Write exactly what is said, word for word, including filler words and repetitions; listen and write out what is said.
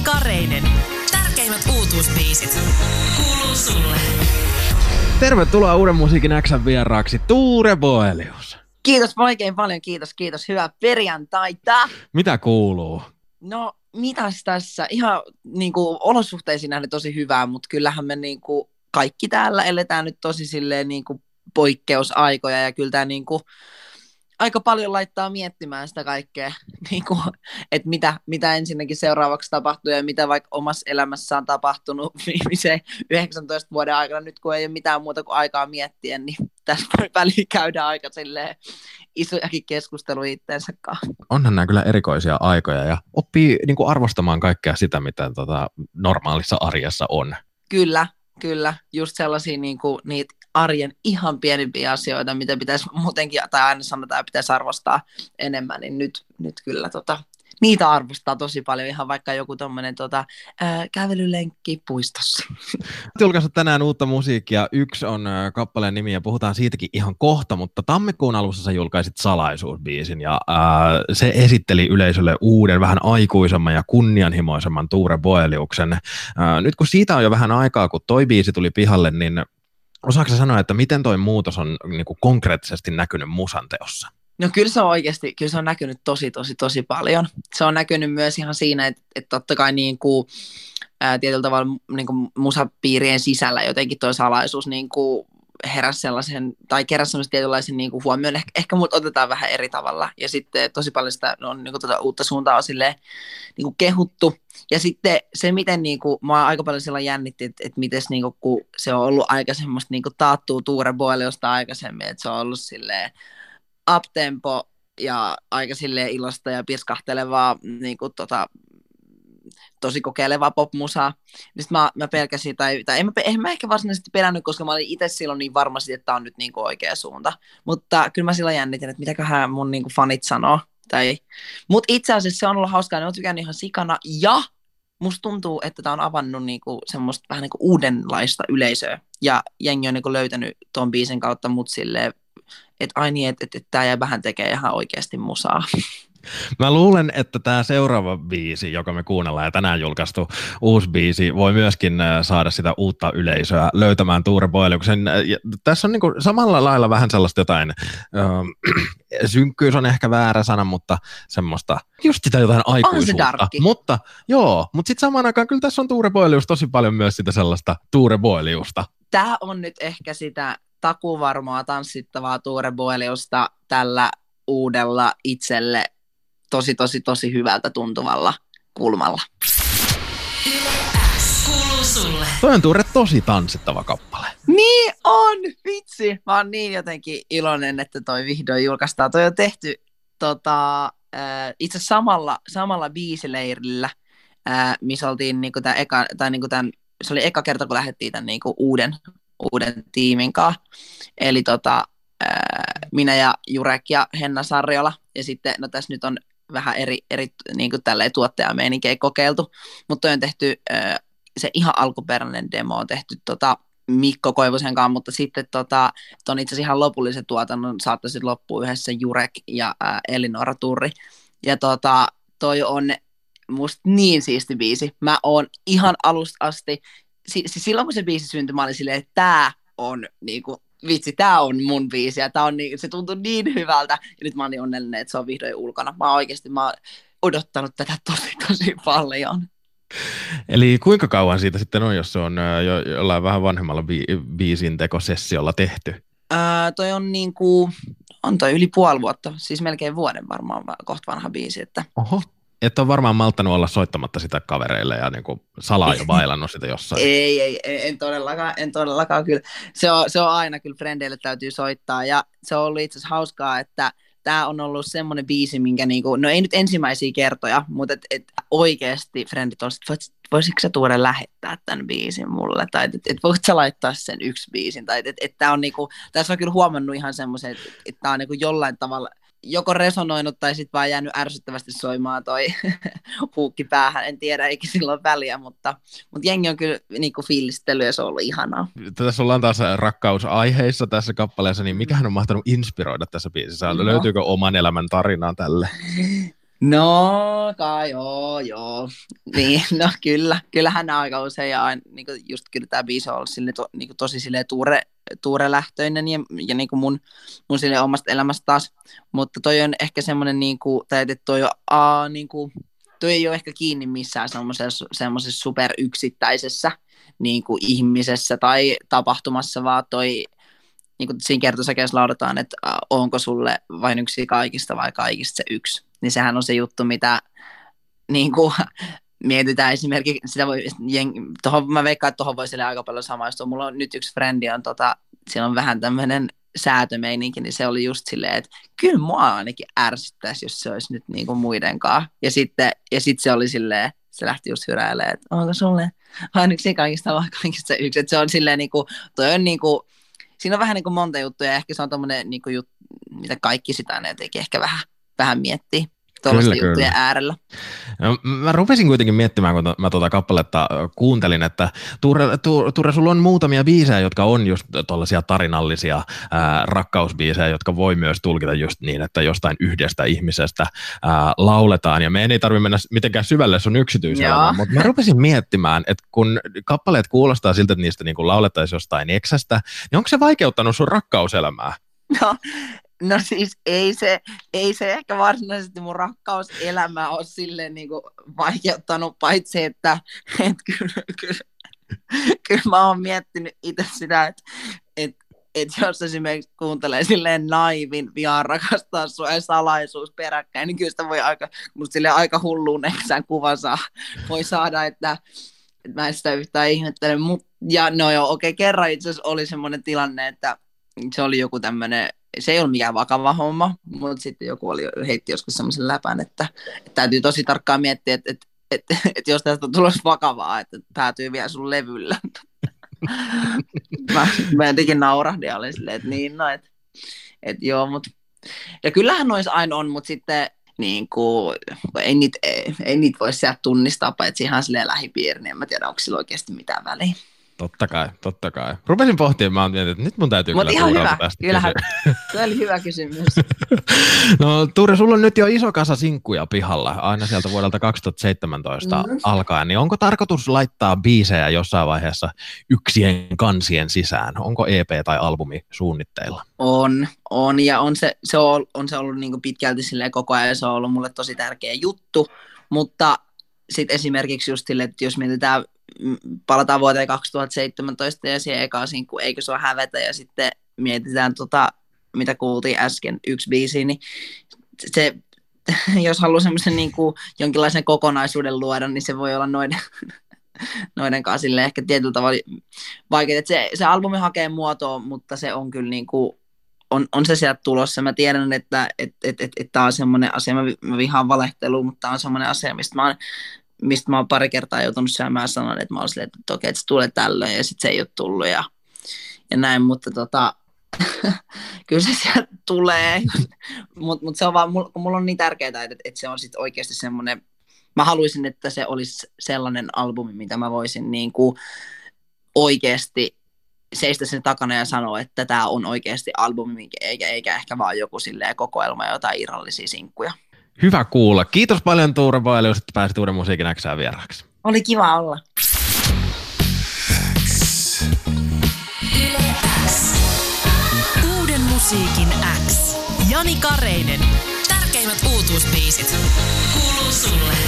Kareinen. Tärkeimmät uutuusbiisit. Kuuluu sulle. Tervetuloa Uuden musiikin X:n vieraaksi Tuure Boelius. Kiitos oikein paljon, kiitos, kiitos. Hyvää perjantaita. Mitä kuuluu? No, mitäs tässä? Ihan niin kuin olosuhteisiin nähden tosi hyvää, mutta kyllähän me niin kuin kaikki täällä eletään nyt tosi silleen niin kuin poikkeusaikoja ja kyllä tämä niin kuin aika paljon laittaa miettimään sitä kaikkea, niin kuin, että mitä, mitä ensinnäkin seuraavaksi tapahtuu ja mitä vaikka omassa elämässä on tapahtunut viimeisen yhdeksäntoista vuoden aikana. Nyt kun ei ole mitään muuta kuin aikaa miettiä, niin tässä voi väliin käydä aika silleen isojakin keskusteluja itseensä kanssa. Onhan nämä kyllä erikoisia aikoja ja oppii niin kuin arvostamaan kaikkea sitä, mitä tota, normaalissa arjessa on. Kyllä, kyllä. Just sellaisia niin kuin, niitä arjen ihan pienimpiä asioita, mitä pitäisi muutenkin, tai aina sanotaan, että pitäisi arvostaa enemmän, niin nyt, nyt kyllä tota, niitä arvostaa tosi paljon, ihan vaikka joku tommonen tota, ää, kävelylenkki puistossa. Julkaissut tänään uutta musiikkia. Yksi on äh, kappaleen nimi ja puhutaan siitäkin ihan kohta, mutta tammikuun alussa sä julkaisit Salaisuusbiisin ja äh, se esitteli yleisölle uuden, vähän aikuisemman ja kunnianhimoisemman Tuure Boeliuksen. Äh, nyt kun siitä on jo vähän aikaa, kun toi biisi tuli pihalle, niin osaatko sä sanoa, että miten toi muutos on niin kuin konkreettisesti näkynyt musanteossa? No kyllä se on oikeasti, kyllä se on näkynyt tosi, tosi, tosi paljon. Se on näkynyt myös ihan siinä, että, että totta kai niin kuin, ää, tietyllä tavalla niin kuin musapiirien sisällä jotenkin toi salaisuus niin kuin heräsi sellaisen, tai keräsi sellaisen tietynlaisen niin kuin huomioon. Ehkä, ehkä mut otetaan vähän eri tavalla. Ja sitten tosi paljon sitä on niin kuin tuota uutta suuntaa on silleen, niin kuin kehuttu. Ja sitten se, miten niin kuin, mä aika paljon silloin jännitti, että, että miten niin kuin, kun se on ollut aika semmoista niin kuin taattua Tuure Boeliusta aikaisemmin, että se on ollut silleen uptempo ja aika silleen ilosta ja pirskahtelevaa, niin kuin, tota, tosi kokeilevaa popmusaa. Niin mä, mä pelkäsin, tai, tai en, mä, en mä ehkä varsinaisesti pelännyt, koska mä olin itse silloin niin varmasti, että tää on nyt niin kuin oikea suunta. Mutta kyllä mä silloin jännitin, että mitäköhän mun niin kuin fanit sanoo. Tai... Mutta itse asiassa se on ollut hauskaa, ne on tykännyt ihan sikana, ja musta tuntuu, että tää on avannut niinku semmoista vähän niinku uudenlaista yleisöä, ja jengi on niinku löytänyt ton biisin kautta mut silleen, että ai niin, että et, et tää jää vähän tekee ihan oikeasti musaa. Mä luulen, että tämä seuraava biisi, joka me kuunnellaan ja tänään julkaistu uusi biisi, voi myöskin saada sitä uutta yleisöä löytämään Tuure Boeliuksen. Tässä on niinku samalla lailla vähän sellaista jotain, äh, synkkyys on ehkä väärä sana, mutta semmoista, just sitä jotain aikuisuutta. Mutta joo, mutta sitten samaan aikaan kyllä tässä on Tuure Boelius tosi paljon myös sitä sellaista Tuure Boeliusta. Tää on nyt ehkä sitä takuvarmaa tanssittavaa Tuure Boeliusta tällä uudella itselle tosi, tosi, tosi hyvältä tuntuvalla kulmalla. X kuuluu sulle. Toi on Tuure tosi tanssittava kappale. Niin on, vitsi. Mä oon niin jotenkin iloinen, että toi vihdoin julkaistaan. Toi on tehty tota, äh, itse samalla, samalla biisileirillä, äh, missä oltiin niinku tää eka, tai niinku tämän, se oli eka kerta, kun lähdettiin tämän niinku uuden, uuden tiimin kanssa. Eli tota, äh, minä ja Jurek ja Henna Sarjola. Ja sitten, no tässä nyt on vähän eri, eri niin kuin tälleen tuottajameininkiä kokeiltu, mutta on tehty äh, se ihan alkuperäinen demo on tehty tota, Mikko Koivusen kanssa, mutta sitten tota, ton itse asiassa ihan lopullisen tuotannon saattaisi loppua yhdessä Jurek ja äh, Elinora Turri. Ja tota, toi on musta niin siisti biisi. Mä oon ihan alusta asti, si- siis silloin kun se biisi syntyi, mä olin silleen, että tää on niinku vitsi, tää on mun biisi ja tää on niin, se tuntuu niin hyvältä ja nyt mä oon niin onnellinen, että se on vihdoin ulkona. Mä oon oikeesti, mä oon odottanut tätä tosi tosi paljon. Eli kuinka kauan siitä sitten on, jos se on jo jollain vähän vanhemmalla bi- biisin tekosessiolla tehty? Öö, toi on niinku, on toi yli puoli vuotta, siis melkein vuoden varmaan kohta vanha biisi. Että... Oho. Et ole varmaan malttanut olla soittamatta sitä kavereille ja niin kuin salaa jo bailannut sitä jossain. ei, ei, en todellakaan, en todellakaan kyllä. Se on, se on aina kyllä frendeille täytyy soittaa ja se on ollut itse asiassa hauskaa, että tämä on ollut semmoinen biisi, minkä niinku, no ei nyt ensimmäisiä kertoja, mutta et, et oikeasti frendit on, että voisitko sä Tuure lähettää tämän biisin mulle, tai että et, voitko sä laittaa sen yksi biisin, tai että et, et tää on niinku, tässä on kyllä huomannut ihan semmoisen, että et tämä on niinku jollain tavalla joko resonoinut tai sitten vaan jäänyt ärsyttävästi soimaan toi huukki päähän, en tiedä, eikä silloin väliä, mutta, mutta jengi on kyllä niinku fiilistellyt ja se on ollut ihanaa. Tässä ollaan taas rakkausaiheissa tässä kappaleessa, niin mikähän on mahtanut inspiroida tässä biisissä? No. Löytyykö oman elämän tarinaa tälle? No, kai joo, joo. Niin, no kyllä. Kyllähän nämä aika usein ja aina, niin kuin just kyllä tämä biisi on ollut sille, to, niin kuin tosi silleen tuure, tuurelähtöinen ja, ja niin kuin mun, mun sille omasta elämästä taas. Mutta toi on ehkä semmoinen, niin kuin, tai että toi, on, aa, niin kuin, toi ei ole ehkä kiinni missään semmoisessa, semmoisessa superyksittäisessä niin kuin ihmisessä tai tapahtumassa, vaan toi niin kuin siinä kertosäkeessä laudataan, että äh, onko sulle vain yksi kaikista vai kaikista se yksi. Niin sehän on se juttu, mitä niin kuin, mietitään esimerkiksi, sitä voi, tohon, mä veikkaan, että tuohon voi sille aika paljon samaistua. Mulla on nyt yksi frendi, on, tota, siellä on vähän tämmöinen säätömeininki, niin se oli just silleen, että kyllä mua ainakin ärsyttäisi, jos se olisi nyt niin kuin muidenkaan. Ja sitten ja sit se oli silleen, se lähti just hyräilemään, että onko sulle vain yksi kaikista vai kaikista se yksi. Että se on silleen, niin kuin, toi on niin kuin, siinä on vähän niin kuin monta juttuja, ja ehkä se on tommoinen, niin kuin jut, mitä kaikki sitä ne jotenkin ehkä vähän, vähän miettii tuollaisten juttujen äärellä. No, mä rupesin kuitenkin miettimään, kun mä tuota kappaletta kuuntelin, että Ture, Ture, sulla on muutamia biisejä, jotka on just tollaisia tarinallisia ää, rakkausbiisejä, jotka voi myös tulkita just niin, että jostain yhdestä ihmisestä ää, lauletaan, ja me ei tarvitse mennä mitenkään syvälle sun yksityiselämään, mutta mä rupesin miettimään, että kun kappaleet kuulostaa siltä, että niistä niin kuin laulettaisiin jostain eksästä, niin onko se vaikeuttanut sun rakkauselämää? No. No siis ei se, ei se ehkä varsinaisesti mun rakkauselämä ole silleen niin kuin vaikeuttanut, paitsi että et kyllä, kyllä, kyllä mä oon miettinyt itse sitä, että et, et jos esimerkiksi kuuntelee silleen naivin vihaan rakastaa sua ja salaisuus peräkkäin, niin kyllä sitä voi aika, musta silleen aika hulluun eksään kuvan saa, voi saada, että, että mä en sitä yhtään ihmettele. Mut, ja no joo, okei, okay, kerran itse asiassa oli semmoinen tilanne, että se oli joku tämmöinen, se ei ollut mikään vakava homma, mutta sitten joku oli, heitti joskus semmoisen läpän, että, että täytyy tosi tarkkaan miettiä, että, että, että, että jos tästä on tulossa vakavaa, että päätyy vielä sun levyllä. mä, mä jotenkin naurahdin ja olin silleen, että niin, no, että, että joo, mutta ja kyllähän noissa aina on, mutta sitten niin kuin, ei niitä ei, ei niit voi sieltä tunnistaa, paitsi ihan silleen lähipiiri, niin en mä tiedä, onko sillä oikeasti mitään väliä. Totta kai, totta kai. Rupesin pohtimaan, mä oon mietin, että nyt mun täytyy Mut kyllä Tuurelta tästä kyllähän, se oli hyvä kysymys. No Tuure, sulla on nyt jo iso kasa sinkkuja pihalla, aina sieltä vuodelta kaksituhattaseitsemäntoista mm-hmm. alkaen, niin onko tarkoitus laittaa biisejä jossain vaiheessa yksien kansien sisään? Onko E P tai albumi suunnitteilla? On, on ja on se, se on, on se ollut niin kuin pitkälti silleen koko ajan, se on ollut mulle tosi tärkeä juttu, mutta sitten esimerkiksi just silleen, että jos mietitään, palataan vuoteen kaksituhattaseitsemäntoista ja siihen ekaan sinkku Eikö sua hävetä ja sitten mietitään tota, mitä kuultiin äsken, yksi biisi, niin se, jos haluaa semmoisen niin kuin jonkinlaisen kokonaisuuden luoda, niin se voi olla noiden, noiden kanssa silleen ehkä tietyllä tavalla vaikea, että se, se albumi hakee muotoa, mutta se on kyllä niin kuin, on, on se sieltä tulossa. Mä tiedän, että et, et, et, et tämä on semmoinen asia, mä, mä vihaan valehtelua, mutta tämä on semmoinen asia, mistä mä oon mistä mä oon pari kertaa joutunut syömään sanon, että mä oon silleen, että okei, että se tulee tällöin ja sitten se ei ole tullut ja, ja näin, mutta tota, kyllä se sieltä tulee, mutta mut se on vaan, kun mulla on niin tärkeää, että, että se on sitten oikeasti semmoinen, mä haluaisin, että se olisi sellainen albumi, mitä mä voisin niin kuin oikeasti seistä sen takana ja sanoa, että tämä on oikeasti albumi, eikä, eikä ehkä vaan joku silleen kokoelma jotain irrallisia sinkkuja. Hyvä kuulla. Kiitos paljon Tuure Boelius, että pääsit Uuden musiikin X:ään vieraaksi. Oli kiva olla. Uuden musiikin X. Jani Kareinen. Tärkeimmät uutuusbiisit. Kuuluu sulle.